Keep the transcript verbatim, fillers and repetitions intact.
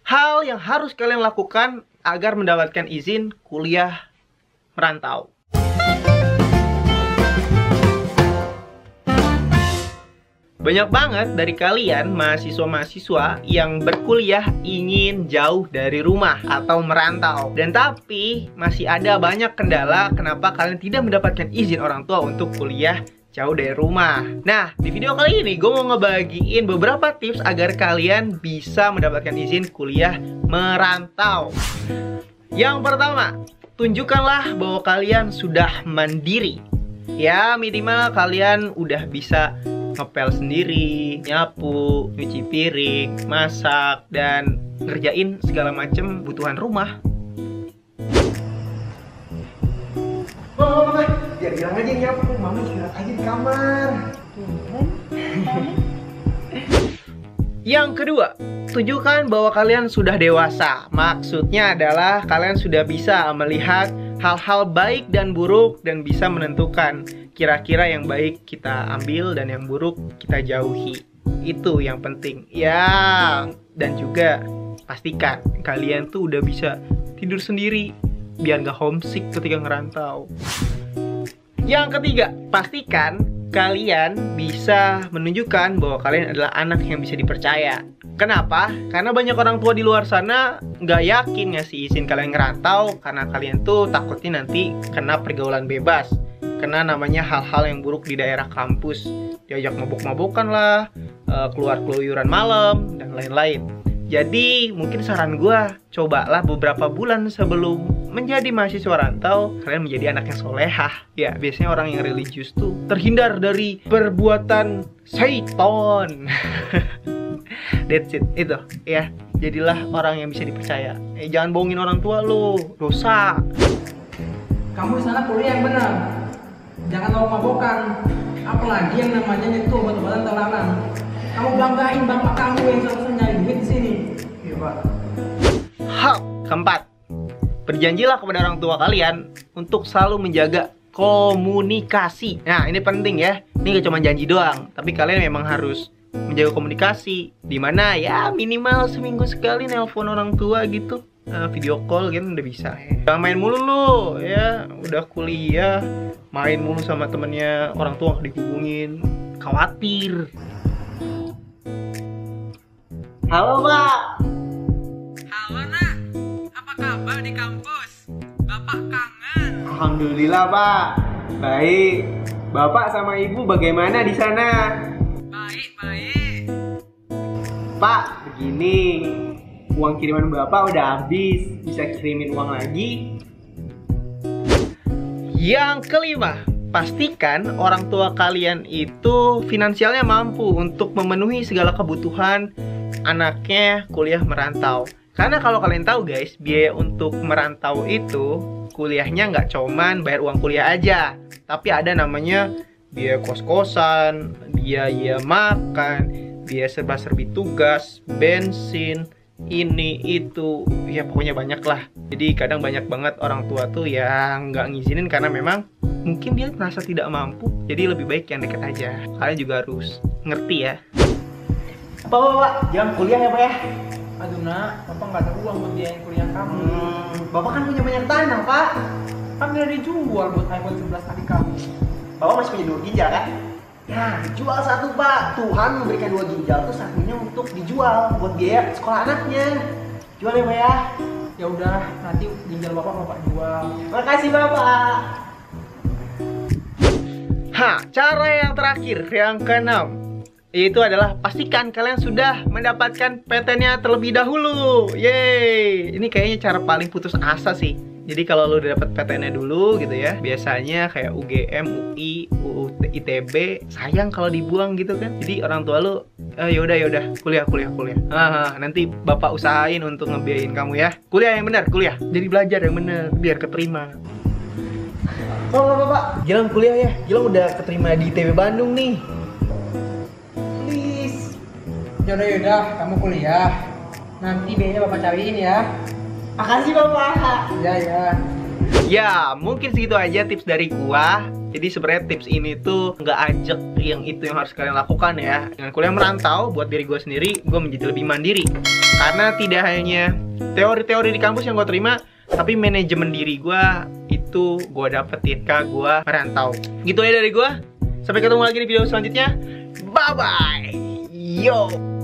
Hal yang harus kalian lakukan agar mendapatkan izin kuliah merantau. Banyak banget dari kalian mahasiswa-mahasiswa yang berkuliah ingin jauh dari rumah atau merantau. Dan tapi masih ada banyak kendala kenapa kalian tidak mendapatkan izin orang tua untuk kuliah jauh dari rumah. Nah, di video kali ini gue mau ngebagiin beberapa tips agar kalian bisa mendapatkan izin kuliah merantau. Yang pertama, tunjukkanlah bahwa kalian sudah mandiri. Ya, minimal kalian udah bisa ngepel sendiri, nyapu, nyuci piring, masak, dan ngerjain segala macem kebutuhan rumah. Oh, mama, biar bilang aja nyapu, mama istirahat aja di kamar. Yang kedua, tunjukkan bahwa kalian sudah dewasa. Maksudnya adalah kalian sudah bisa melihat hal-hal baik dan buruk dan bisa menentukan kira-kira yang baik kita ambil dan yang buruk kita jauhi. Itu yang penting. Ya, dan juga pastikan kalian tuh udah bisa tidur sendiri biar gak homesick ketika ngerantau. Yang ketiga, pastikan kalian bisa menunjukkan bahwa kalian adalah anak yang bisa dipercaya. Kenapa? Karena banyak orang tua di luar sana nggak yakin ngasih izin kalian ngerantau karena kalian tuh takutnya nanti kena pergaulan bebas, kena namanya hal-hal yang buruk di daerah kampus, diajak mabuk-mabukan lah, keluar keluyuran malam dan lain-lain. Jadi mungkin saran gue, cobalah beberapa bulan sebelum menjadi mahasiswa rantau, kalian menjadi anak yang solehah. Ya, biasanya orang yang religius tuh terhindar dari perbuatan syaitan. That's it, itu ya. Jadilah orang yang bisa dipercaya. Eh, jangan bohongin orang tua lo, dosa. Kamu di sana kuliah yang benar. Jangan mabok-mabokan. Apalagi yang namanya nyentuh obat-obatan terlarang. Kamu banggain bapak kamu yang seharusnya nyari duit di sini. Iya, Pak. Hal keempat, berjanjilah kepada orang tua kalian untuk selalu menjaga komunikasi. Nah, ini penting ya. Ini gak cuma janji doang, tapi kalian memang harus menjaga komunikasi. Dimana ya minimal seminggu sekali nelpon orang tua gitu. Nah, video call kan udah bisa ya. Jangan main mulu lu ya. Udah kuliah main mulu sama temennya orang tua gak dihubungin. Khawatir. Halo, Pak. Halo, Nak. Apa kabar di kampus? Bapak kangen. Alhamdulillah, Pak. Baik. Bapak sama Ibu bagaimana di sana? Baik, baik. Pak, begini. Uang kiriman Bapak udah habis. Bisa kirimin uang lagi? Yang kelima, pastikan orang tua kalian itu finansialnya mampu untuk memenuhi segala kebutuhan anaknya kuliah merantau. Karena kalau kalian tahu guys, biaya untuk merantau itu kuliahnya nggak cuman bayar uang kuliah aja, tapi ada namanya biaya kos-kosan, biaya makan, biaya serba-serbi tugas, bensin, ini itu, ya pokoknya banyak lah. Jadi kadang banyak banget orang tua tuh yang nggak ngizinin karena memang mungkin dia merasa tidak mampu. Jadi lebih baik yang dekat aja. Kalian juga harus ngerti ya. Pak, Pak, Pak, jangan kuliah ya Pak ya. Aduh, Nak, Bapak nggak ada uang buat biayain kuliah kamu. Hmm, Bapak kan punya banyak tanah, Pak. Kan udah dijual buat iPhone sebelas adik kamu. Bapak masih punya dua ginjal kan? Ya, dijual satu, Pak. Tuhan memberikan dua ginjal tuh satunya untuk dijual buat biaya sekolah anaknya. Jual ya, Pak ya. Ya udah, nanti ginjal Bapak Bapak jual. Makasih, Bapak. Hah, cara yang terakhir, yang keenam, itu adalah pastikan kalian sudah mendapatkan P T N-nya terlebih dahulu. Yeay. Ini kayaknya cara paling putus asa sih. Jadi kalau lu udah dapat P T N-nya dulu gitu ya, biasanya kayak U G M, U I, U U I T B, sayang kalau dibuang gitu kan. Jadi orang tua lu, eh, yaudah yaudah kuliah kuliah kuliah. Ah, nanti bapak usahain untuk ngebiayain kamu ya. Kuliah yang benar, kuliah. Jadi belajar yang benar biar keterima. Oh, bapak, Gilang kuliah ya. Gilang udah keterima di I T B Bandung nih. Yaudah yaudah, kamu kuliah. Nanti biayanya Bapak cariin ya. Makasih Bapak. Ya ya. Ya, mungkin segitu aja tips dari gua. Jadi sebenarnya tips ini tuh nggak ajak yang itu yang harus kalian lakukan ya. Dengan kuliah merantau, buat diri gua sendiri, gua menjadi lebih mandiri. Karena tidak hanya teori-teori di kampus yang gue terima, tapi manajemen diri gue itu gue dapetin ketika gue merantau. Gitu aja dari gue. Sampai ketemu lagi di video selanjutnya. Bye bye. Yo.